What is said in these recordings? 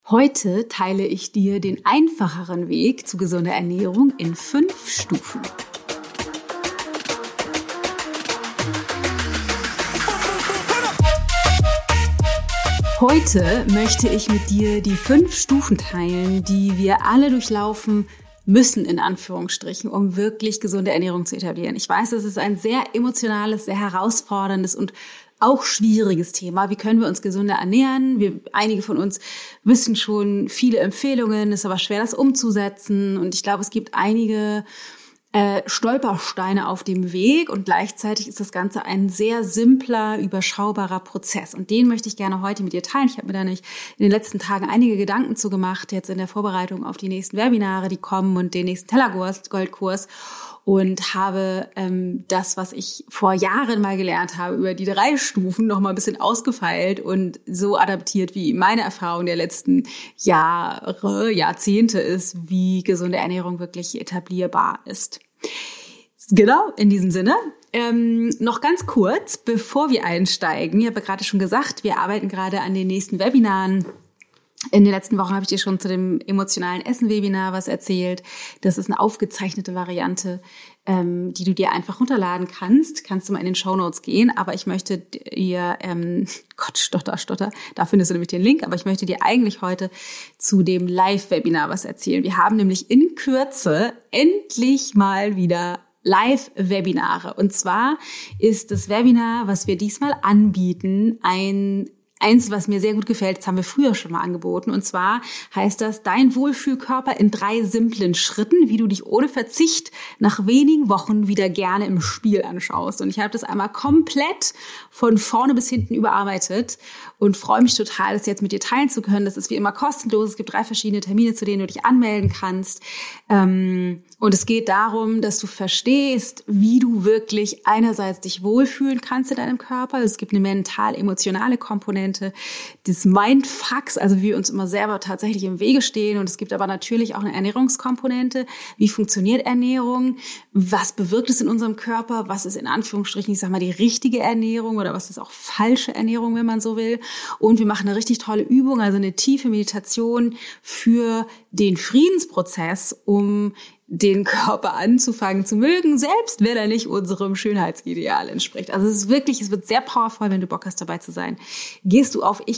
Heute teile ich dir den einfacheren Weg zu gesunder Ernährung in 5 Stufen. Heute möchte ich mit dir die 5 Stufen teilen, die wir alle durchlaufen müssen, in Anführungsstrichen, um wirklich gesunde Ernährung zu etablieren. Ich weiß, es ist ein sehr emotionales, sehr herausforderndes und auch schwieriges Thema. Wie können wir uns gesünder ernähren? Einige von uns wissen schon viele Empfehlungen, ist aber schwer, das umzusetzen. Und ich glaube, es gibt einige Stolpersteine auf dem Weg und gleichzeitig ist das Ganze ein sehr simpler, überschaubarer Prozess. Und den möchte ich gerne heute mit dir teilen. Ich habe mir da nicht in den letzten Tagen einige Gedanken zu gemacht, jetzt in der Vorbereitung auf die nächsten Webinare, die kommen und den nächsten Tellergoldkurs. Und habe das, was ich vor Jahren mal gelernt habe, über die 3 Stufen noch mal ein bisschen ausgefeilt und so adaptiert, wie meine Erfahrung der letzten Jahre, Jahrzehnte ist, wie gesunde Ernährung wirklich etablierbar ist. Genau, in diesem Sinne. Noch ganz kurz, bevor wir einsteigen. Ich habe ja gerade schon gesagt, wir arbeiten gerade an den nächsten Webinaren. In den letzten Wochen habe ich dir schon zu dem emotionalen Essen-Webinar was erzählt. Das ist eine aufgezeichnete Variante, die du dir einfach runterladen kannst. Kannst du mal in den Shownotes gehen. Aber ich möchte dir, Stotter, da findest du nämlich den Link. Aber ich möchte dir eigentlich heute zu dem Live-Webinar was erzählen. Wir haben nämlich in Kürze endlich mal wieder Live-Webinare. Und zwar ist das Webinar, was wir diesmal anbieten, eins, was mir sehr gut gefällt, das haben wir früher schon mal angeboten. Und zwar heißt das Dein Wohlfühlkörper in 3 simplen Schritten, wie du dich ohne Verzicht nach wenigen Wochen wieder gerne im Spiel anschaust. Und ich habe das einmal komplett von vorne bis hinten überarbeitet und freue mich total, das jetzt mit dir teilen zu können. Das ist wie immer kostenlos. Es gibt 3 verschiedene Termine, zu denen du dich anmelden kannst. Und es geht darum, dass du verstehst, wie du wirklich einerseits dich wohlfühlen kannst in deinem Körper. Es gibt eine mental-emotionale Komponente des Mindfucks, also wie wir uns immer selber tatsächlich im Wege stehen. Und es gibt aber natürlich auch eine Ernährungskomponente. Wie funktioniert Ernährung? Was bewirkt es in unserem Körper? Was ist in Anführungsstrichen, ich sag mal, die richtige Ernährung oder was ist auch falsche Ernährung, wenn man so will? Und wir machen eine richtig tolle Übung, also eine tiefe Meditation für den Friedensprozess, um den Körper anzufangen zu mögen, selbst wenn er nicht unserem Schönheitsideal entspricht. Also es wird sehr powerful, wenn du Bock hast, dabei zu sein. Gehst du auf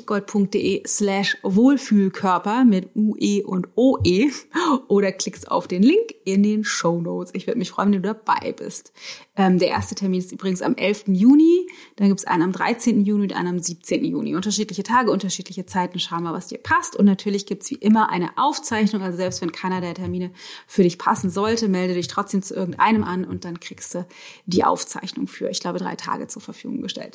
ichgold.de/Wohlfühlkörper mit UE und OE oder klickst auf den Link in den Shownotes. Ich würde mich freuen, wenn du dabei bist. Der erste Termin ist übrigens am 11. Juni, dann gibt es einen am 13. Juni und einen am 17. Juni. Unterschiedliche Tage, unterschiedliche Zeiten, schau mal, was dir passt. Und natürlich gibt es wie immer eine Aufzeichnung, also selbst wenn keiner der Termine für dich passen sollte, melde dich trotzdem zu irgendeinem an und dann kriegst du die Aufzeichnung für, ich glaube, 3 Tage zur Verfügung gestellt.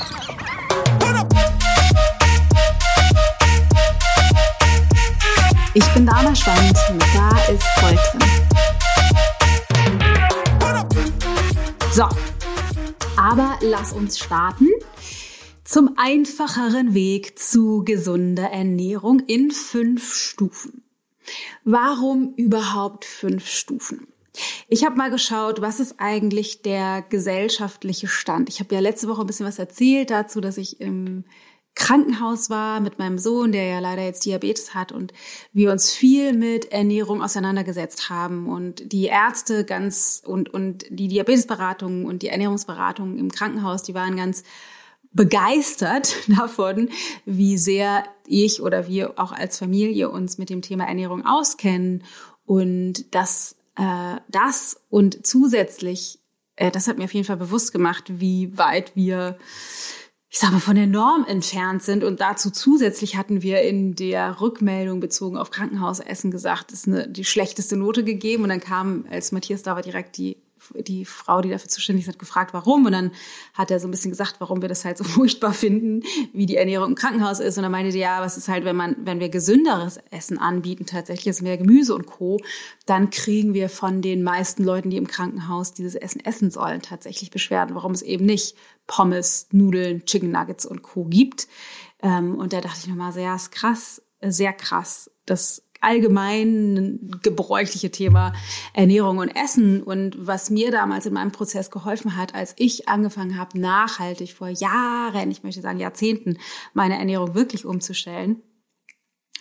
Ich bin Dana Schwand und da ist Gold drin. So, aber lass uns starten zum einfacheren Weg zu gesunder Ernährung in 5 Stufen. Warum überhaupt 5 Stufen? Ich habe mal geschaut, was ist eigentlich der gesellschaftliche Stand? Ich habe ja letzte Woche ein bisschen was erzählt dazu, dass ich im Krankenhaus war mit meinem Sohn, der ja leider jetzt Diabetes hat und wir uns viel mit Ernährung auseinandergesetzt haben und die Ärzte und die Diabetesberatung und die Ernährungsberatung im Krankenhaus, die waren ganz begeistert davon, wie sehr ich oder wir auch als Familie uns mit dem Thema Ernährung auskennen und das und zusätzlich, das hat mir auf jeden Fall bewusst gemacht, wie weit wir, ich sage mal, von der Norm entfernt sind. Und dazu zusätzlich hatten wir in der Rückmeldung bezogen auf Krankenhausessen gesagt, das ist die schlechteste Note gegeben. Und dann kam, als Matthias da war, direkt die Frau, die dafür zuständig ist, hat gefragt, warum. Und dann hat er so ein bisschen gesagt, warum wir das halt so furchtbar finden, wie die Ernährung im Krankenhaus ist. Und dann meinte er, ja, was ist halt, wenn wir gesünderes Essen anbieten, tatsächlich also mehr Gemüse und Co., dann kriegen wir von den meisten Leuten, die im Krankenhaus dieses Essen essen sollen, tatsächlich Beschwerden, warum es eben nicht Pommes, Nudeln, Chicken Nuggets und Co. gibt. Und da dachte ich nochmal, sehr krass, das allgemein gebräuchliche Thema Ernährung und Essen. Und was mir damals in meinem Prozess geholfen hat, als ich angefangen habe, nachhaltig vor Jahren, ich möchte sagen Jahrzehnten, meine Ernährung wirklich umzustellen,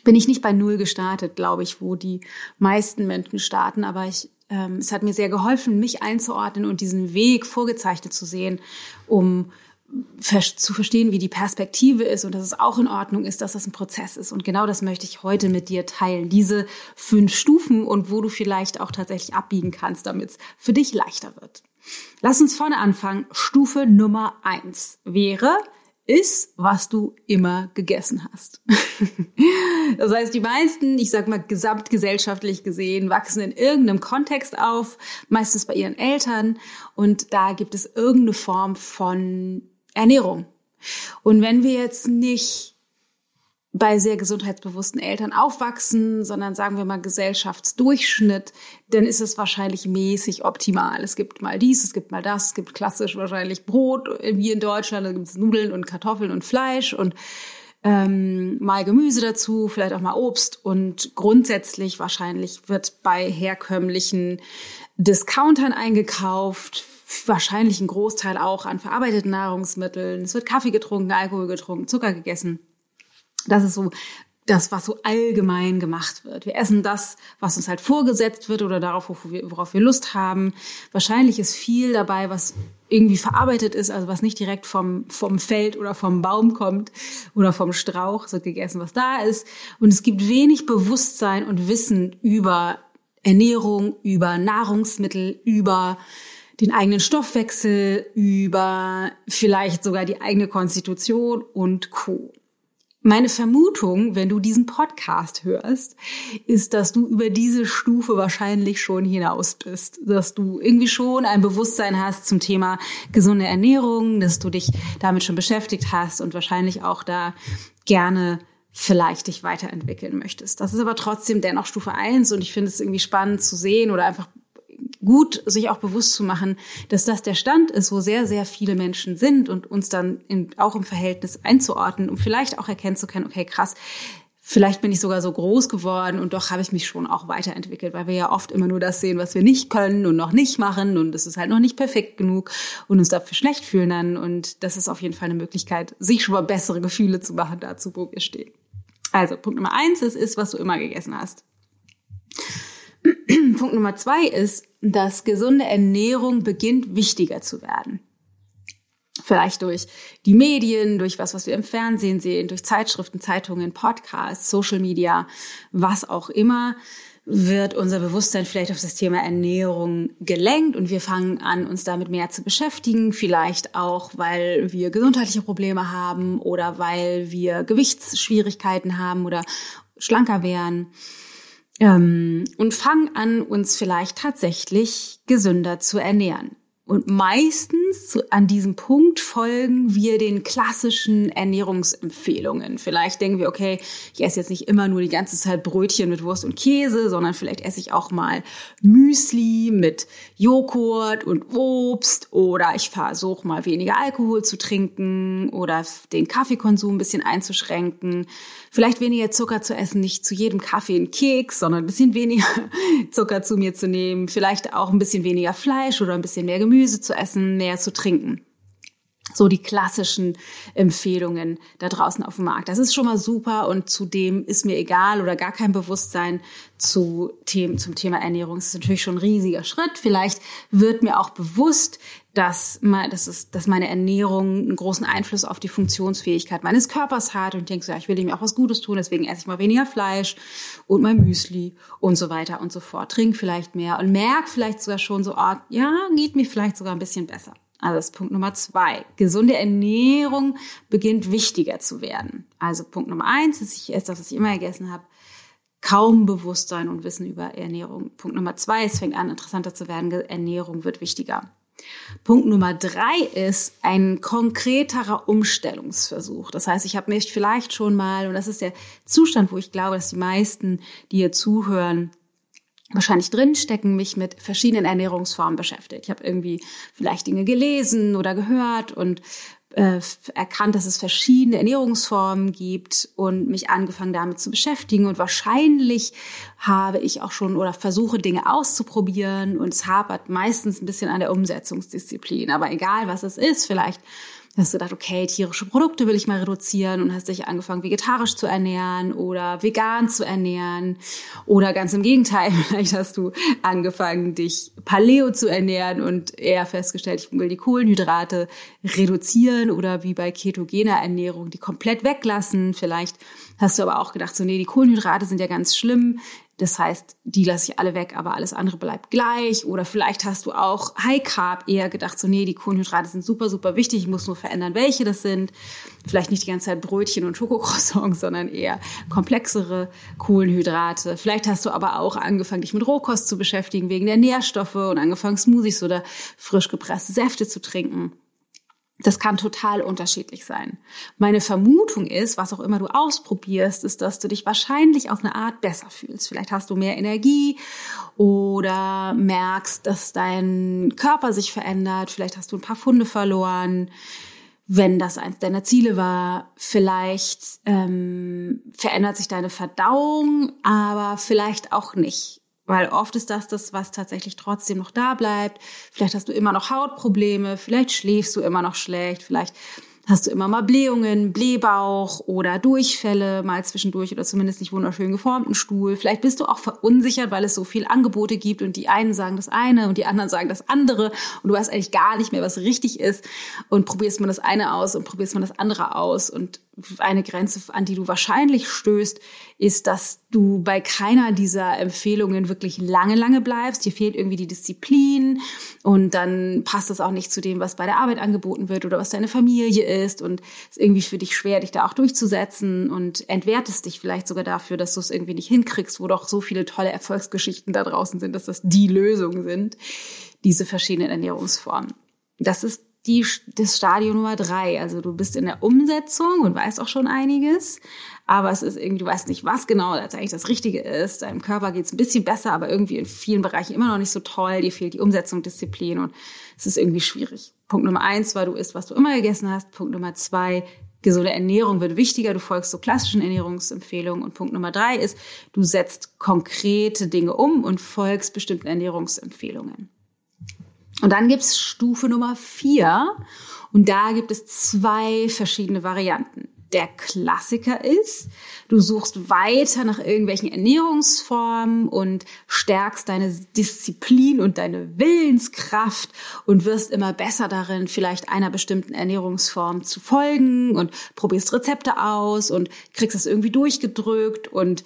bin ich nicht bei Null gestartet, glaube ich, wo die meisten Menschen starten. Aber es hat mir sehr geholfen, mich einzuordnen und diesen Weg vorgezeichnet zu sehen, um zu verstehen, wie die Perspektive ist und dass es auch in Ordnung ist, dass das ein Prozess ist. Und genau das möchte ich heute mit dir teilen. Diese 5 Stufen und wo du vielleicht auch tatsächlich abbiegen kannst, damit es für dich leichter wird. Lass uns vorne anfangen. Stufe Nummer 1 wäre: Iss, was du immer gegessen hast. Das heißt, die meisten, ich sag mal gesamtgesellschaftlich gesehen, wachsen in irgendeinem Kontext auf, meistens bei ihren Eltern, und da gibt es irgendeine Form von Ernährung. Und wenn wir jetzt nicht bei sehr gesundheitsbewussten Eltern aufwachsen, sondern sagen wir mal Gesellschaftsdurchschnitt, dann ist es wahrscheinlich mäßig optimal. Es gibt mal dies, es gibt mal das, es gibt klassisch wahrscheinlich Brot, wie in Deutschland, da gibt es Nudeln und Kartoffeln und Fleisch und mal Gemüse dazu, vielleicht auch mal Obst, und grundsätzlich wahrscheinlich wird bei herkömmlichen Discountern eingekauft, wahrscheinlich ein Großteil auch an verarbeiteten Nahrungsmitteln. Es wird Kaffee getrunken, Alkohol getrunken, Zucker gegessen. Das ist so das, was so allgemein gemacht wird. Wir essen das, was uns halt vorgesetzt wird oder darauf, worauf wir Lust haben. Wahrscheinlich ist viel dabei, was irgendwie verarbeitet ist, also was nicht direkt vom Feld oder vom Baum kommt oder vom Strauch. Es wird gegessen, was da ist. Und es gibt wenig Bewusstsein und Wissen über Ernährung, über Nahrungsmittel, über den eigenen Stoffwechsel, über vielleicht sogar die eigene Konstitution und Co. Meine Vermutung, wenn du diesen Podcast hörst, ist, dass du über diese Stufe wahrscheinlich schon hinaus bist. Dass du irgendwie schon ein Bewusstsein hast zum Thema gesunde Ernährung, dass du dich damit schon beschäftigt hast und wahrscheinlich auch da gerne vielleicht dich weiterentwickeln möchtest. Das ist aber trotzdem dennoch Stufe 1 und ich finde es irgendwie spannend zu sehen oder einfach gut, sich auch bewusst zu machen, dass das der Stand ist, wo sehr, sehr viele Menschen sind und uns dann auch im Verhältnis einzuordnen, um vielleicht auch erkennen zu können, okay, krass, vielleicht bin ich sogar so groß geworden und doch habe ich mich schon auch weiterentwickelt, weil wir ja oft immer nur das sehen, was wir nicht können und noch nicht machen und es ist halt noch nicht perfekt genug und uns dafür schlecht fühlen dann, und das ist auf jeden Fall eine Möglichkeit, sich schon mal bessere Gefühle zu machen dazu, wo wir stehen. Also Punkt Nummer 1 ist, was du immer gegessen hast. Punkt Nummer 2 ist, dass gesunde Ernährung beginnt, wichtiger zu werden. Vielleicht durch die Medien, durch was wir im Fernsehen sehen, durch Zeitschriften, Zeitungen, Podcasts, Social Media, was auch immer, wird unser Bewusstsein vielleicht auf das Thema Ernährung gelenkt und wir fangen an, uns damit mehr zu beschäftigen. Vielleicht auch, weil wir gesundheitliche Probleme haben oder weil wir Gewichtsschwierigkeiten haben oder schlanker werden. Und fangen an, uns vielleicht tatsächlich gesünder zu ernähren. Und meistens an diesem Punkt folgen wir den klassischen Ernährungsempfehlungen. Vielleicht denken wir, okay, ich esse jetzt nicht immer nur die ganze Zeit Brötchen mit Wurst und Käse, sondern vielleicht esse ich auch mal Müsli mit Joghurt und Obst, oder ich versuche mal weniger Alkohol zu trinken oder den Kaffeekonsum ein bisschen einzuschränken. Vielleicht weniger Zucker zu essen, nicht zu jedem Kaffee einen Keks, sondern ein bisschen weniger Zucker zu mir zu nehmen. Vielleicht auch ein bisschen weniger Fleisch oder ein bisschen mehr Gemüse zu essen, mehr zu trinken. So die klassischen Empfehlungen da draußen auf dem Markt. Das ist schon mal super und zudem ist mir egal oder gar kein Bewusstsein zum Thema Ernährung. Das ist natürlich schon ein riesiger Schritt. Vielleicht wird mir auch bewusst, dass meine Ernährung einen großen Einfluss auf die Funktionsfähigkeit meines Körpers hat und ich denke so, ja, ich will ihm auch was Gutes tun, deswegen esse ich mal weniger Fleisch und mein Müsli und so weiter und so fort. Trink vielleicht mehr und merk vielleicht sogar schon so, ja, geht mir vielleicht sogar ein bisschen besser. Also das ist Punkt Nummer 2. Gesunde Ernährung beginnt wichtiger zu werden. Also Punkt Nummer 1 ist, ich esse das, was ich immer gegessen habe. Kaum Bewusstsein und Wissen über Ernährung. Punkt Nummer 2, es fängt an, interessanter zu werden. Ernährung wird wichtiger. Punkt Nummer 3 ist ein konkreterer Umstellungsversuch. Das heißt, ich habe mich vielleicht schon mal, und das ist der Zustand, wo ich glaube, dass die meisten, die hier zuhören, wahrscheinlich drinstecken, mich mit verschiedenen Ernährungsformen beschäftigt. Ich habe irgendwie vielleicht Dinge gelesen oder gehört und erkannt, dass es verschiedene Ernährungsformen gibt und mich angefangen damit zu beschäftigen. Und wahrscheinlich habe ich auch schon oder versuche Dinge auszuprobieren und es hapert meistens ein bisschen an der Umsetzungsdisziplin. Aber egal, was es ist, vielleicht Hast du gedacht, okay, tierische Produkte will ich mal reduzieren und hast dich angefangen, vegetarisch zu ernähren oder vegan zu ernähren. Oder ganz im Gegenteil, vielleicht hast du angefangen, dich Paleo zu ernähren und eher festgestellt, ich will die Kohlenhydrate reduzieren oder wie bei ketogener Ernährung die komplett weglassen. Vielleicht hast du aber auch gedacht, so nee, die Kohlenhydrate sind ja ganz schlimm. Das heißt, die lasse ich alle weg, aber alles andere bleibt gleich. Oder vielleicht hast du auch High Carb eher gedacht, so nee, die Kohlenhydrate sind super, super wichtig. Ich muss nur verändern, welche das sind. Vielleicht nicht die ganze Zeit Brötchen und Schokocroissants, sondern eher komplexere Kohlenhydrate. Vielleicht hast du aber auch angefangen, dich mit Rohkost zu beschäftigen wegen der Nährstoffe und angefangen, Smoothies oder frisch gepresste Säfte zu trinken. Das kann total unterschiedlich sein. Meine Vermutung ist, was auch immer du ausprobierst, ist, dass du dich wahrscheinlich auf eine Art besser fühlst. Vielleicht hast du mehr Energie oder merkst, dass dein Körper sich verändert. Vielleicht hast du ein paar Pfunde verloren, wenn das eins deiner Ziele war. Vielleicht verändert sich deine Verdauung, aber vielleicht auch nicht. Weil oft ist das, was tatsächlich trotzdem noch da bleibt. Vielleicht hast du immer noch Hautprobleme, vielleicht schläfst du immer noch schlecht, vielleicht hast du immer mal Blähungen, Blähbauch oder Durchfälle mal zwischendurch oder zumindest nicht wunderschön geformten Stuhl. Vielleicht bist du auch verunsichert, weil es so viel Angebote gibt und die einen sagen das eine und die anderen sagen das andere und du weißt eigentlich gar nicht mehr, was richtig ist und probierst mal das eine aus und probierst mal das andere aus. Und eine Grenze, an die du wahrscheinlich stößt, ist, dass du bei keiner dieser Empfehlungen wirklich lange bleibst. Dir fehlt irgendwie die Disziplin und dann passt das auch nicht zu dem, was bei der Arbeit angeboten wird oder was deine Familie ist und es ist irgendwie für dich schwer, dich da auch durchzusetzen und entwertest dich vielleicht sogar dafür, dass du es irgendwie nicht hinkriegst, wo doch so viele tolle Erfolgsgeschichten da draußen sind, dass das die Lösung sind, diese verschiedenen Ernährungsformen. Das ist das Stadium Nummer 3. Also du bist in der Umsetzung und weißt auch schon einiges, aber es ist irgendwie, du weißt nicht, was genau jetzt eigentlich das Richtige ist. Deinem Körper geht es ein bisschen besser, aber irgendwie in vielen Bereichen immer noch nicht so toll. Dir fehlt die Umsetzung, Disziplin und es ist irgendwie schwierig. Punkt Nummer 1 war, du isst, was du immer gegessen hast. Punkt Nummer 2, gesunde Ernährung wird wichtiger. Du folgst so klassischen Ernährungsempfehlungen. Und Punkt Nummer 3 ist, du setzt konkrete Dinge um und folgst bestimmten Ernährungsempfehlungen. Und dann gibt's Stufe Nummer 4 und da gibt es 2 verschiedene Varianten. Der Klassiker ist, du suchst weiter nach irgendwelchen Ernährungsformen und stärkst deine Disziplin und deine Willenskraft und wirst immer besser darin, vielleicht einer bestimmten Ernährungsform zu folgen und probierst Rezepte aus und kriegst es irgendwie durchgedrückt und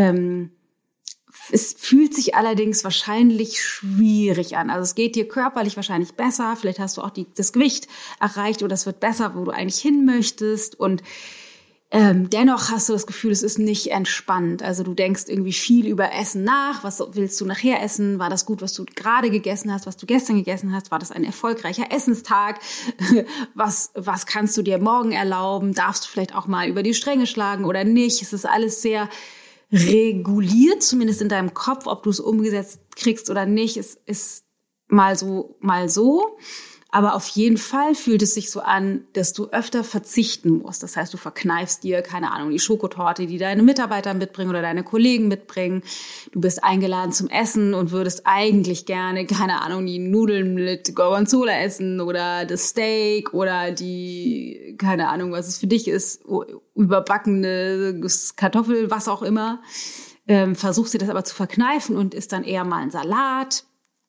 es fühlt sich allerdings wahrscheinlich schwierig an. Also es geht dir körperlich wahrscheinlich besser. Vielleicht hast du auch das Gewicht erreicht oder es wird besser, wo du eigentlich hin möchtest. Und dennoch hast du das Gefühl, es ist nicht entspannt. Also du denkst irgendwie viel über Essen nach. Was willst du nachher essen? War das gut, was du gerade gegessen hast, was du gestern gegessen hast? War das ein erfolgreicher Essenstag? Was kannst du dir morgen erlauben? Darfst du vielleicht auch mal über die Stränge schlagen oder nicht? Es ist alles sehr reguliert, zumindest in deinem Kopf, ob du es umgesetzt kriegst oder nicht, ist mal so, mal so. Aber auf jeden Fall fühlt es sich so an, dass du öfter verzichten musst. Das heißt, du verkneifst dir, keine Ahnung, die Schokotorte, die deine Mitarbeiter mitbringen oder deine Kollegen mitbringen. Du bist eingeladen zum Essen und würdest eigentlich gerne, keine Ahnung, die Nudeln mit Gorgonzola essen oder das Steak oder die, keine Ahnung, was es für dich ist, überbackene Kartoffel, was auch immer. Versuchst dir das aber zu verkneifen und isst dann eher mal einen Salat.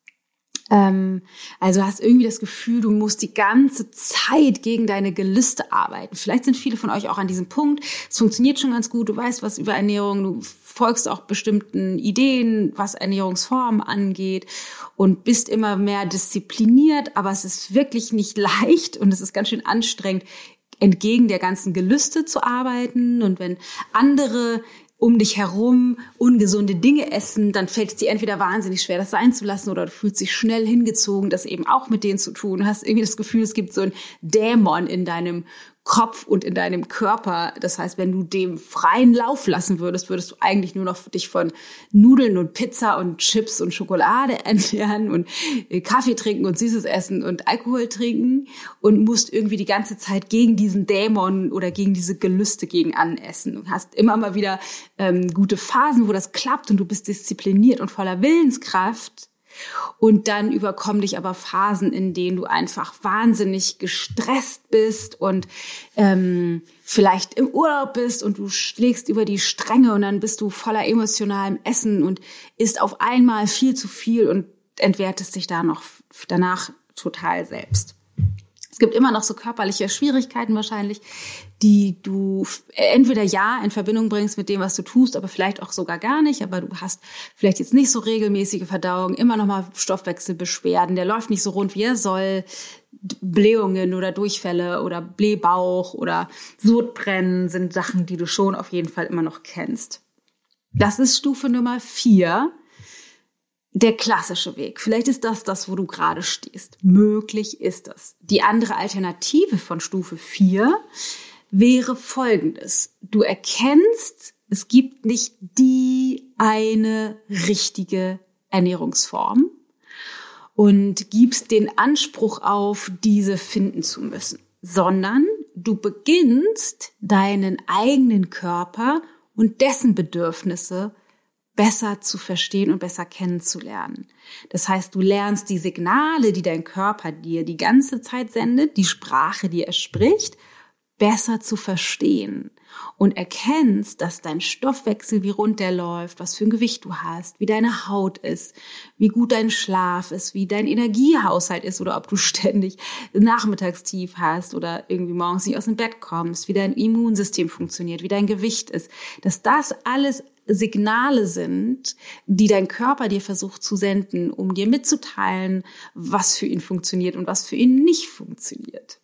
Also hast irgendwie das Gefühl, du musst die ganze Zeit gegen deine Gelüste arbeiten. Vielleicht sind viele von euch auch an diesem Punkt. Es funktioniert schon ganz gut. Du weißt was über Ernährung. Du folgst auch bestimmten Ideen, was Ernährungsformen angeht und bist immer mehr diszipliniert. Aber es ist wirklich nicht leicht und es ist ganz schön anstrengend, entgegen der ganzen Gelüste zu arbeiten. Und wenn andere um dich herum ungesunde Dinge essen, dann fällt es dir entweder wahnsinnig schwer, das sein zu lassen, oder du fühlst dich schnell hingezogen, das eben auch mit denen zu tun. Du hast irgendwie das Gefühl, es gibt so einen Dämon in deinem Kopf und in deinem Körper. Das heißt, wenn du dem freien Lauf lassen würdest, würdest du eigentlich nur noch dich von Nudeln und Pizza und Chips und Schokolade ernähren und Kaffee trinken und Süßes essen und Alkohol trinken und musst irgendwie die ganze Zeit gegen diesen Dämon oder gegen diese Gelüste gegen anessen. Du hast immer mal wieder gute Phasen, wo das klappt und du bist diszipliniert und voller Willenskraft. Und dann überkommen dich aber Phasen, in denen du einfach wahnsinnig gestresst bist und vielleicht im Urlaub bist und du schlägst über die Stränge und dann bist du voller emotionalem Essen und isst auf einmal viel zu viel und entwertest dich danach total selbst. Es gibt immer noch so körperliche Schwierigkeiten wahrscheinlich, die du entweder in Verbindung bringst mit dem, was du tust, aber vielleicht auch sogar gar nicht. Aber du hast vielleicht jetzt nicht so regelmäßige Verdauung, immer noch mal Stoffwechselbeschwerden, der läuft nicht so rund, wie er soll. Blähungen oder Durchfälle oder Blähbauch oder Sodbrennen sind Sachen, die du schon auf jeden Fall immer noch kennst. Das ist Stufe Nummer 4. Der klassische Weg. Vielleicht ist das, wo du gerade stehst. Möglich ist das. Die andere Alternative von Stufe 4 wäre folgendes. Du erkennst, es gibt nicht die eine richtige Ernährungsform und gibst den Anspruch auf, diese finden zu müssen, sondern du beginnst deinen eigenen Körper und dessen Bedürfnisse besser zu verstehen und besser kennenzulernen. Das heißt, du lernst die Signale, die dein Körper dir die ganze Zeit sendet, die Sprache, die er spricht, besser zu verstehen und erkennst, dass dein Stoffwechsel wie rund der läuft, was für ein Gewicht du hast, wie deine Haut ist, wie gut dein Schlaf ist, wie dein Energiehaushalt ist oder ob du ständig Nachmittagstief hast oder irgendwie morgens nicht aus dem Bett kommst, wie dein Immunsystem funktioniert, wie dein Gewicht ist, dass das alles Signale sind, die dein Körper dir versucht zu senden, um dir mitzuteilen, was für ihn funktioniert und was für ihn nicht funktioniert.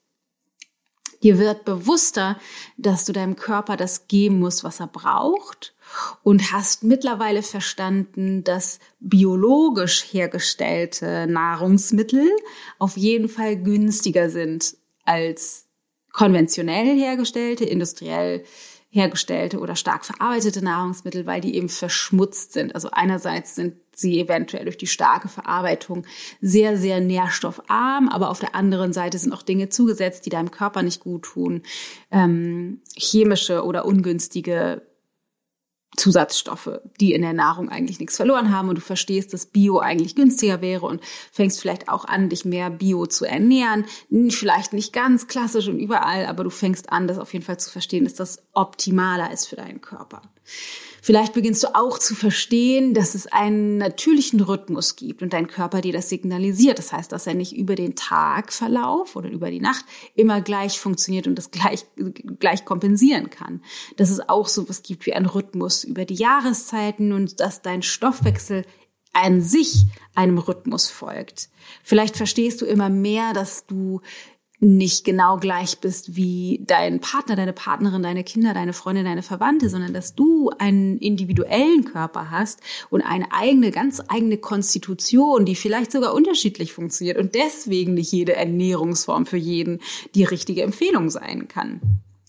Dir wird bewusster, dass du deinem Körper das geben musst, was er braucht, und hast mittlerweile verstanden, dass biologisch hergestellte Nahrungsmittel auf jeden Fall günstiger sind als konventionell hergestellte, industriell hergestellte oder stark verarbeitete Nahrungsmittel, weil die eben verschmutzt sind. Also einerseits sind sie eventuell durch die starke Verarbeitung sehr, sehr nährstoffarm, aber auf der anderen Seite sind auch Dinge zugesetzt, die deinem Körper nicht gut tun, chemische oder ungünstige Zusatzstoffe, die in der Nahrung eigentlich nichts verloren haben, und du verstehst, dass Bio eigentlich günstiger wäre und fängst vielleicht auch an, dich mehr Bio zu ernähren. Vielleicht nicht ganz klassisch und überall, aber du fängst an, das auf jeden Fall zu verstehen, dass das optimaler ist für deinen Körper. Vielleicht beginnst du auch zu verstehen, dass es einen natürlichen Rhythmus gibt und dein Körper dir das signalisiert. Das heißt, dass er nicht über den Tagverlauf oder über die Nacht immer gleich funktioniert und das gleich kompensieren kann. Dass es auch so was gibt wie einen Rhythmus über die Jahreszeiten und dass dein Stoffwechsel an sich einem Rhythmus folgt. Vielleicht verstehst du immer mehr, dass du nicht genau gleich bist wie dein Partner, deine Partnerin, deine Kinder, deine Freunde, deine Verwandte, sondern dass du einen individuellen Körper hast und eine ganz eigene Konstitution, die vielleicht sogar unterschiedlich funktioniert und deswegen nicht jede Ernährungsform für jeden die richtige Empfehlung sein kann.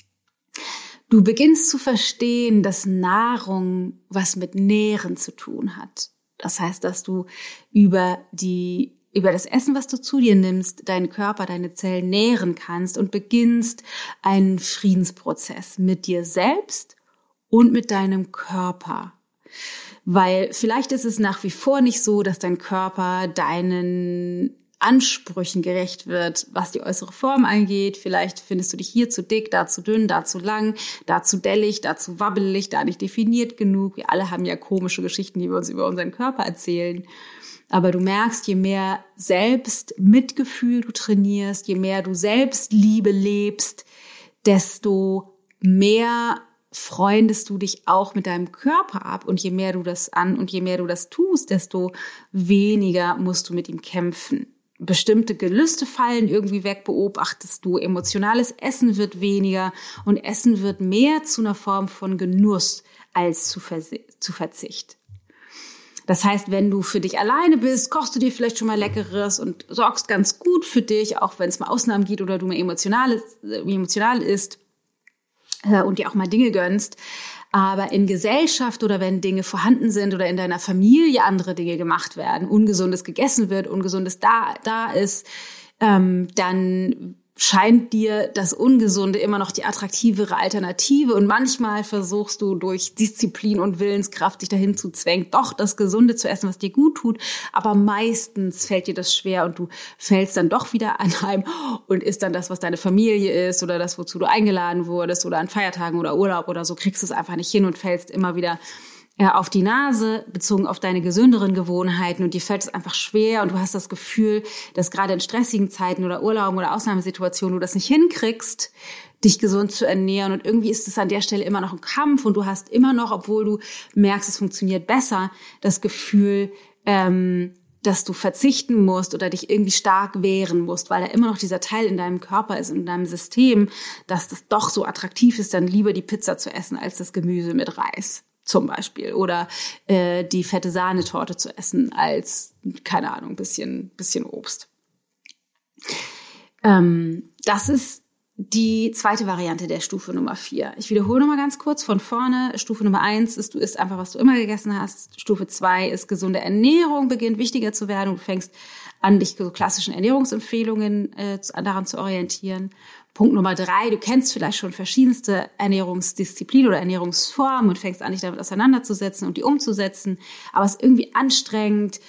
Du beginnst zu verstehen, dass Nahrung was mit Nähren zu tun hat. Das heißt, dass du über das Essen, was du zu dir nimmst, deinen Körper, deine Zellen nähren kannst und beginnst einen Friedensprozess mit dir selbst und mit deinem Körper. Weil vielleicht ist es nach wie vor nicht so, dass dein Körper deinen Ansprüchen gerecht wird, was die äußere Form angeht. Vielleicht findest du dich hier zu dick, da zu dünn, da zu lang, da zu dellig, da zu wabbelig, da nicht definiert genug. Wir alle haben ja komische Geschichten, die wir uns über unseren Körper erzählen. Aber du merkst, je mehr Selbstmitgefühl du trainierst, je mehr du Selbstliebe lebst, desto mehr freundest du dich auch mit deinem Körper ab. Und je mehr du das tust, desto weniger musst du mit ihm kämpfen. Bestimmte Gelüste fallen irgendwie weg, beobachtest du. Emotionales Essen wird weniger und Essen wird mehr zu einer Form von Genuss als zu Verzicht. Das heißt, wenn du für dich alleine bist, kochst du dir vielleicht schon mal Leckeres und sorgst ganz gut für dich, auch wenn es mal Ausnahmen gibt oder du mehr emotional isst und dir auch mal Dinge gönnst. Aber in Gesellschaft oder wenn Dinge vorhanden sind oder in deiner Familie andere Dinge gemacht werden, Ungesundes gegessen wird, Ungesundes da ist, dann scheint dir das Ungesunde immer noch die attraktivere Alternative und manchmal versuchst du durch Disziplin und Willenskraft dich dahin zu zwängen, doch das Gesunde zu essen, was dir gut tut, aber meistens fällt dir das schwer und du fällst dann doch wieder anheim und isst dann das, was deine Familie isst oder das, wozu du eingeladen wurdest oder an Feiertagen oder Urlaub oder so, kriegst du es einfach nicht hin und fällst immer wieder auf die Nase, bezogen auf deine gesünderen Gewohnheiten und dir fällt es einfach schwer und du hast das Gefühl, dass gerade in stressigen Zeiten oder Urlauben oder Ausnahmesituationen du das nicht hinkriegst, dich gesund zu ernähren und irgendwie ist es an der Stelle immer noch ein Kampf und du hast immer noch, obwohl du merkst, es funktioniert besser, das Gefühl, dass du verzichten musst oder dich irgendwie stark wehren musst, weil da immer noch dieser Teil in deinem Körper ist und in deinem System, dass das doch so attraktiv ist, dann lieber die Pizza zu essen als das Gemüse mit Reis. Zum Beispiel. Oder die fette Sahnetorte zu essen als, keine Ahnung, bisschen Obst. Das ist die zweite Variante der Stufe Nummer 4. Ich wiederhole nochmal ganz kurz von vorne. Stufe Nummer 1 ist, du isst einfach, was du immer gegessen hast. Stufe 2 ist, gesunde Ernährung beginnt wichtiger zu werden. Du fängst an, dich so klassischen Ernährungsempfehlungen daran zu orientieren. Punkt Nummer 3, du kennst vielleicht schon verschiedenste Ernährungsdisziplinen oder Ernährungsformen und fängst an, dich damit auseinanderzusetzen und die umzusetzen. Aber es ist irgendwie anstrengend,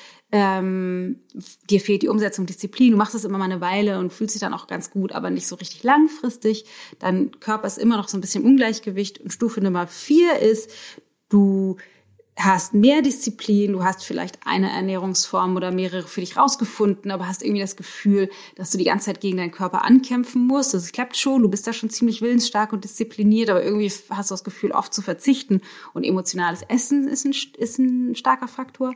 dir fehlt die Umsetzung, Disziplin, du machst das immer mal eine Weile und fühlst dich dann auch ganz gut, aber nicht so richtig langfristig. Dein Körper ist immer noch so ein bisschen im Ungleichgewicht. Und Stufe Nummer 4 ist, du hast mehr Disziplin, du hast vielleicht eine Ernährungsform oder mehrere für dich rausgefunden, aber hast irgendwie das Gefühl, dass du die ganze Zeit gegen deinen Körper ankämpfen musst. Das klappt schon, du bist da schon ziemlich willensstark und diszipliniert, aber irgendwie hast du das Gefühl, oft zu verzichten. Und emotionales Essen ist ein starker Faktor.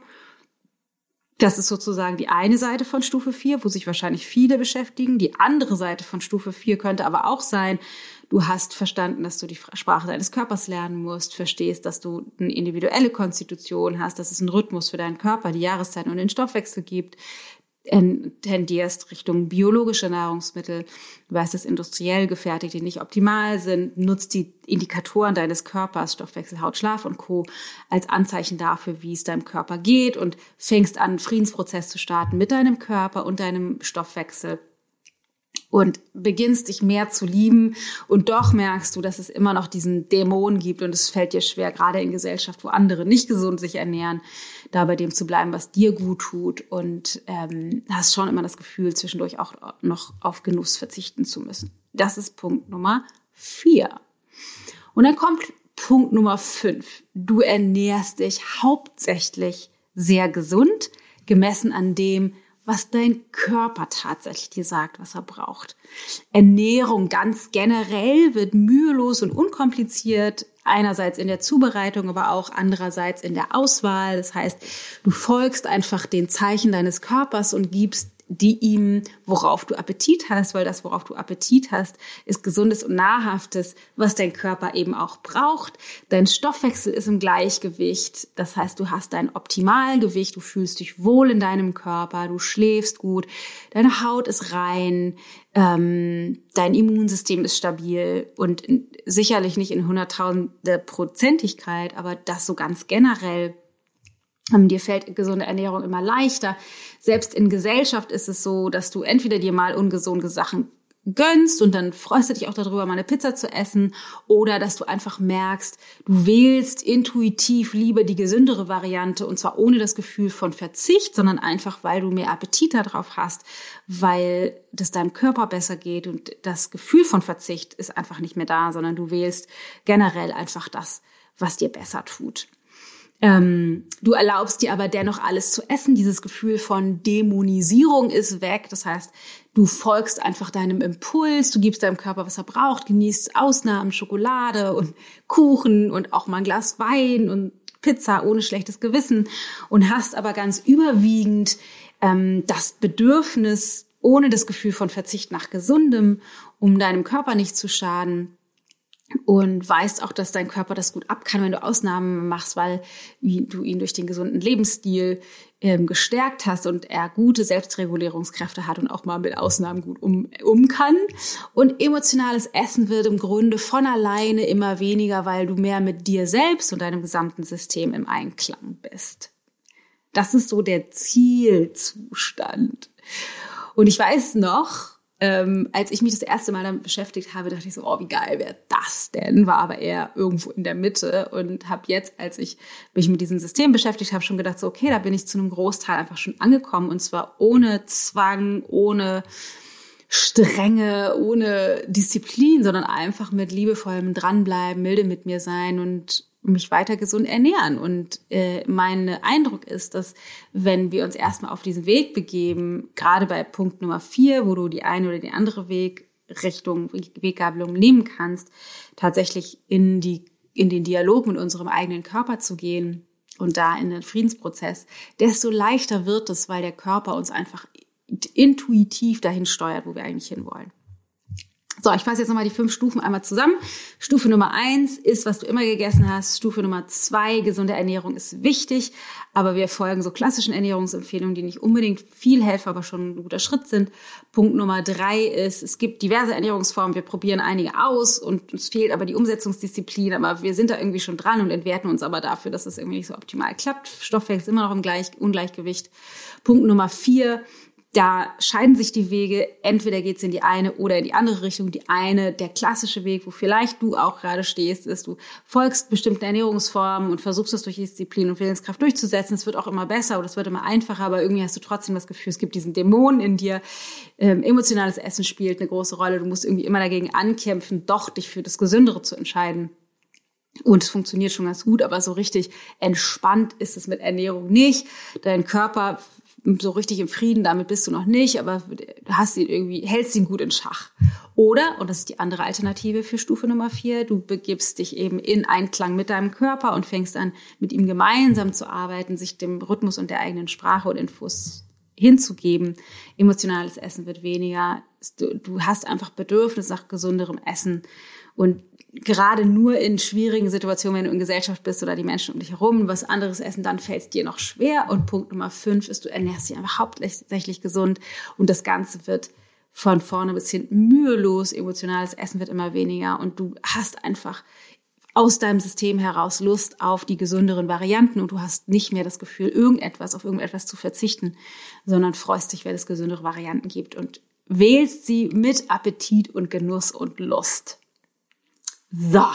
Das ist sozusagen die eine Seite von Stufe 4, wo sich wahrscheinlich viele beschäftigen. Die andere Seite von Stufe 4 könnte aber auch sein, du hast verstanden, dass du die Sprache deines Körpers lernen musst, verstehst, dass du eine individuelle Konstitution hast, dass es einen Rhythmus für deinen Körper, die Jahreszeiten und den Stoffwechsel gibt, tendierst Richtung biologische Nahrungsmittel, du weißt, dass industriell gefertigte nicht optimal sind, nutzt die Indikatoren deines Körpers, Stoffwechsel, Haut, Schlaf und Co. als Anzeichen dafür, wie es deinem Körper geht und fängst an, einen Friedensprozess zu starten mit deinem Körper und deinem Stoffwechsel. Und beginnst dich mehr zu lieben und doch merkst du, dass es immer noch diesen Dämon gibt und es fällt dir schwer, gerade in Gesellschaft, wo andere nicht gesund sich ernähren, da bei dem zu bleiben, was dir gut tut und hast schon immer das Gefühl, zwischendurch auch noch auf Genuss verzichten zu müssen. Das ist Punkt Nummer 4. Und dann kommt Punkt Nummer 5. Du ernährst dich hauptsächlich sehr gesund, gemessen an dem, was dein Körper tatsächlich dir sagt, was er braucht. Ernährung ganz generell wird mühelos und unkompliziert, einerseits in der Zubereitung, aber auch andererseits in der Auswahl. Das heißt, du folgst einfach den Zeichen deines Körpers und gibst die ihm, worauf du Appetit hast, weil das, worauf du Appetit hast, ist Gesundes und Nahrhaftes, was dein Körper eben auch braucht. Dein Stoffwechsel ist im Gleichgewicht, das heißt, du hast dein Optimalgewicht, du fühlst dich wohl in deinem Körper, du schläfst gut, deine Haut ist rein, dein Immunsystem ist stabil und sicherlich nicht in 100.000%igkeit, aber das so ganz generell. Dir fällt gesunde Ernährung immer leichter. Selbst in Gesellschaft ist es so, dass du entweder dir mal ungesunde Sachen gönnst und dann freust du dich auch darüber, mal eine Pizza zu essen, oder dass du einfach merkst, du wählst intuitiv lieber die gesündere Variante und zwar ohne das Gefühl von Verzicht, sondern einfach, weil du mehr Appetit darauf hast, weil das deinem Körper besser geht und das Gefühl von Verzicht ist einfach nicht mehr da, sondern du wählst generell einfach das, was dir besser tut. Du erlaubst dir aber dennoch alles zu essen. Dieses Gefühl von Dämonisierung ist weg. Das heißt, du folgst einfach deinem Impuls. Du gibst deinem Körper, was er braucht. Genießt Ausnahmen, Schokolade und Kuchen und auch mal ein Glas Wein und Pizza ohne schlechtes Gewissen. Und hast aber ganz überwiegend das Bedürfnis, ohne das Gefühl von Verzicht nach Gesundem, um deinem Körper nicht zu schaden. Und weißt auch, dass dein Körper das gut ab kann, wenn du Ausnahmen machst, weil du ihn durch den gesunden Lebensstil gestärkt hast und er gute Selbstregulierungskräfte hat und auch mal mit Ausnahmen gut um kann. Und emotionales Essen wird im Grunde von alleine immer weniger, weil du mehr mit dir selbst und deinem gesamten System im Einklang bist. Das ist so der Zielzustand. Und ich weiß noch, als ich mich das erste Mal damit beschäftigt habe, dachte ich so, oh, wie geil wäre das denn? War aber eher irgendwo in der Mitte und habe jetzt, als ich mich mit diesem System beschäftigt habe, schon gedacht, so okay, da bin ich zu einem Großteil einfach schon angekommen und zwar ohne Zwang, ohne Strenge, ohne Disziplin, sondern einfach mit liebevollem Dranbleiben, milde mit mir sein und mich weiter gesund ernähren. Und mein Eindruck ist, dass wenn wir uns erstmal auf diesen Weg begeben, gerade bei Punkt Nummer 4, wo du die eine oder die andere Weggabelung nehmen kannst, tatsächlich in den Dialog mit unserem eigenen Körper zu gehen und da in den Friedensprozess, desto leichter wird es, weil der Körper uns einfach intuitiv dahin steuert, wo wir eigentlich hinwollen. So, ich fasse jetzt nochmal die 5 Stufen einmal zusammen. Stufe Nummer 1 ist, was du immer gegessen hast. Stufe Nummer 2, gesunde Ernährung ist wichtig, aber wir folgen so klassischen Ernährungsempfehlungen, die nicht unbedingt viel helfen, aber schon ein guter Schritt sind. Punkt Nummer 3 ist, es gibt diverse Ernährungsformen, wir probieren einige aus und uns fehlt aber die Umsetzungsdisziplin, aber wir sind da irgendwie schon dran und entwerten uns aber dafür, dass es irgendwie nicht so optimal klappt. Stoffwechsel ist immer noch im Ungleichgewicht. Punkt Nummer 4, da scheiden sich die Wege, entweder geht's in die eine oder in die andere Richtung. Die eine, der klassische Weg, wo vielleicht du auch gerade stehst, ist, du folgst bestimmten Ernährungsformen und versuchst es durch Disziplin und Willenskraft durchzusetzen. Es wird auch immer besser oder es wird immer einfacher, aber irgendwie hast du trotzdem das Gefühl, es gibt diesen Dämonen in dir. Emotionales Essen spielt eine große Rolle. Du musst irgendwie immer dagegen ankämpfen, doch dich für das Gesündere zu entscheiden. Und es funktioniert schon ganz gut, aber so richtig entspannt ist es mit Ernährung nicht. Dein Körper so richtig im Frieden, damit bist du noch nicht, aber hältst ihn gut in Schach. Oder, und das ist die andere Alternative für Stufe Nummer 4, du begibst dich eben in Einklang mit deinem Körper und fängst an, mit ihm gemeinsam zu arbeiten, sich dem Rhythmus und der eigenen Sprache und Infos hinzugeben. Emotionales Essen wird weniger. Du hast einfach Bedürfnis nach gesunderem Essen. Und gerade nur in schwierigen Situationen, wenn du in Gesellschaft bist oder die Menschen um dich herum, was anderes essen, dann fällt es dir noch schwer. Und Punkt Nummer 5 ist, du ernährst dich einfach hauptsächlich gesund. Und das Ganze wird von vorne bis hinten mühelos. Emotionales Essen wird immer weniger. Und du hast einfach aus deinem System heraus Lust auf die gesünderen Varianten. Und du hast nicht mehr das Gefühl, auf irgendetwas zu verzichten, sondern freust dich, wenn es gesündere Varianten gibt. Und wählst sie mit Appetit und Genuss und Lust. So,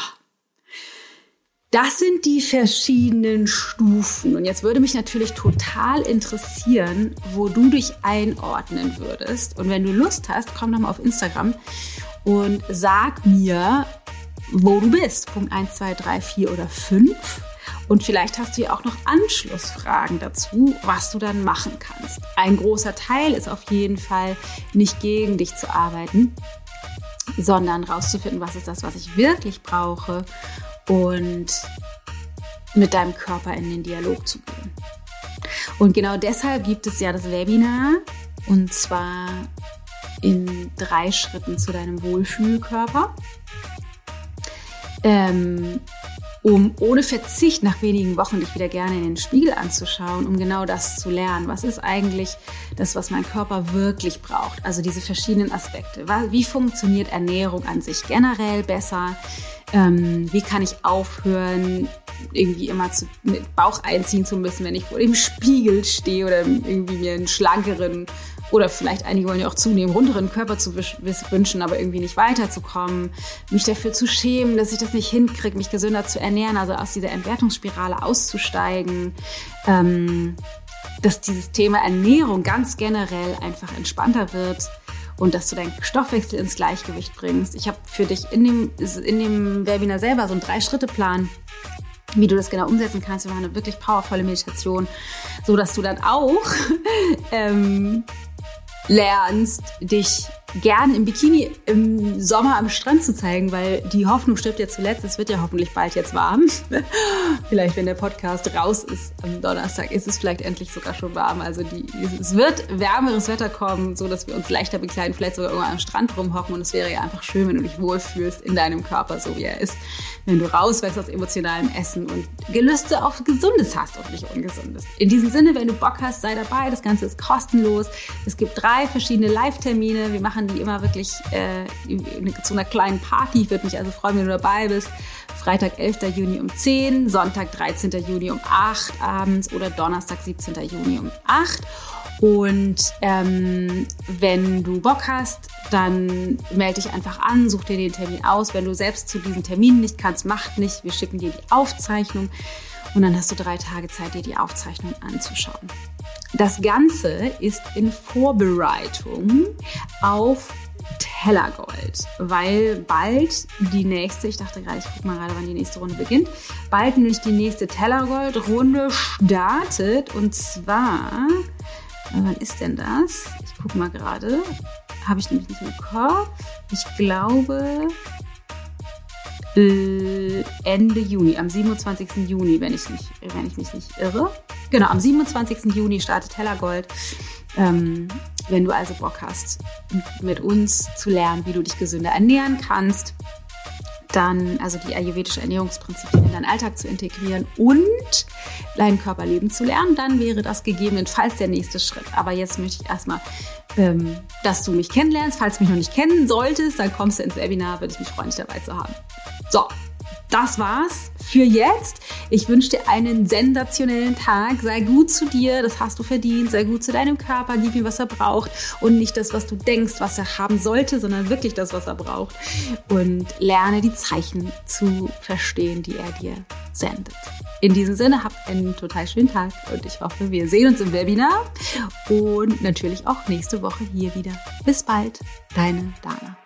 das sind die verschiedenen Stufen. Und jetzt würde mich natürlich total interessieren, wo du dich einordnen würdest. Und wenn du Lust hast, komm doch mal auf Instagram und sag mir, wo du bist. Punkt 1, 2, 3, 4 oder 5. Und vielleicht hast du ja auch noch Anschlussfragen dazu, was du dann machen kannst. Ein großer Teil ist auf jeden Fall, nicht gegen dich zu arbeiten, sondern rauszufinden, was ist das, was ich wirklich brauche und mit deinem Körper in den Dialog zu gehen. Und genau deshalb gibt es ja das Webinar, und zwar in 3 Schritten zu deinem Wohlfühlkörper, um ohne Verzicht nach wenigen Wochen dich wieder gerne in den Spiegel anzuschauen, um genau das zu lernen. Was ist eigentlich das, was mein Körper wirklich braucht? Also diese verschiedenen Aspekte. Wie funktioniert Ernährung an sich generell besser? Wie kann ich aufhören, irgendwie immer mit Bauch einziehen zu müssen, wenn ich vor dem Spiegel stehe oder irgendwie mir einen schlankeren oder vielleicht einige wollen ja auch zunehmen, runderen Körper zu wünschen, aber irgendwie nicht weiterzukommen, mich dafür zu schämen, dass ich das nicht hinkriege, mich gesünder zu ernähren, also aus dieser Entwertungsspirale auszusteigen, dass dieses Thema Ernährung ganz generell einfach entspannter wird und dass du deinen Stoffwechsel ins Gleichgewicht bringst. Ich habe für dich in dem Webinar selber so einen 3-Schritte-Plan, wie du das genau umsetzen kannst. Wir machen eine wirklich powervolle Meditation, so dass du dann auch lernst, dich gern im Bikini im Sommer am Strand zu zeigen, weil die Hoffnung stirbt ja zuletzt. Es wird ja hoffentlich bald jetzt warm. Vielleicht, wenn der Podcast raus ist am Donnerstag, ist es vielleicht endlich sogar schon warm. Also es wird wärmeres Wetter kommen, so dass wir uns leichter bekleiden, vielleicht sogar irgendwann am Strand rumhocken. Und es wäre ja einfach schön, wenn du dich wohlfühlst in deinem Körper, so wie er ist. Wenn du rauswächst aus emotionalem Essen und Gelüste auf Gesundes hast und nicht Ungesundes. In diesem Sinne, wenn du Bock hast, sei dabei. Das Ganze ist kostenlos. Es gibt 3 verschiedene Live-Termine. Wir machen die immer wirklich zu einer kleinen Party. Ich würde mich also freuen, wenn du dabei bist. Freitag, 11. Juni um 10, Sonntag, 13. Juni um 8 abends oder Donnerstag, 17. Juni um 8. Und wenn du Bock hast, dann melde dich einfach an, such dir den Termin aus. Wenn du selbst zu diesen Terminen nicht kannst, macht nicht. Wir schicken dir die Aufzeichnung und dann hast du 3 Tage Zeit, dir die Aufzeichnung anzuschauen. Das Ganze ist in Vorbereitung auf Tellergold, weil bald die nächste, ich dachte gerade, ich gucke mal gerade, wann die nächste Runde beginnt, bald nämlich die nächste Tellergold-Runde startet und zwar, wann ist denn das? Ich gucke mal gerade, habe ich nämlich nicht im Kopf, ich glaube Ende Juni, am 27. Juni, wenn ich mich nicht irre. Genau, am 27. Juni startet Tellergold. Wenn du also Bock hast, mit uns zu lernen, wie du dich gesünder ernähren kannst, dann also die ayurvedische Ernährungsprinzipien in deinen Alltag zu integrieren und deinen Körper leben zu lernen, dann wäre das gegebenenfalls der nächste Schritt. Aber jetzt möchte ich erstmal, dass du mich kennenlernst. Falls du mich noch nicht kennen solltest, dann kommst du ins Webinar, würde ich mich freuen, dich dabei zu haben. So, das war's für jetzt. Ich wünsche dir einen sensationellen Tag. Sei gut zu dir, das hast du verdient. Sei gut zu deinem Körper, gib ihm, was er braucht. Und nicht das, was du denkst, was er haben sollte, sondern wirklich das, was er braucht. Und lerne die Zeichen zu verstehen, die er dir sendet. In diesem Sinne, habt einen total schönen Tag und ich hoffe, wir sehen uns im Webinar und natürlich auch nächste Woche hier wieder. Bis bald, deine Dana.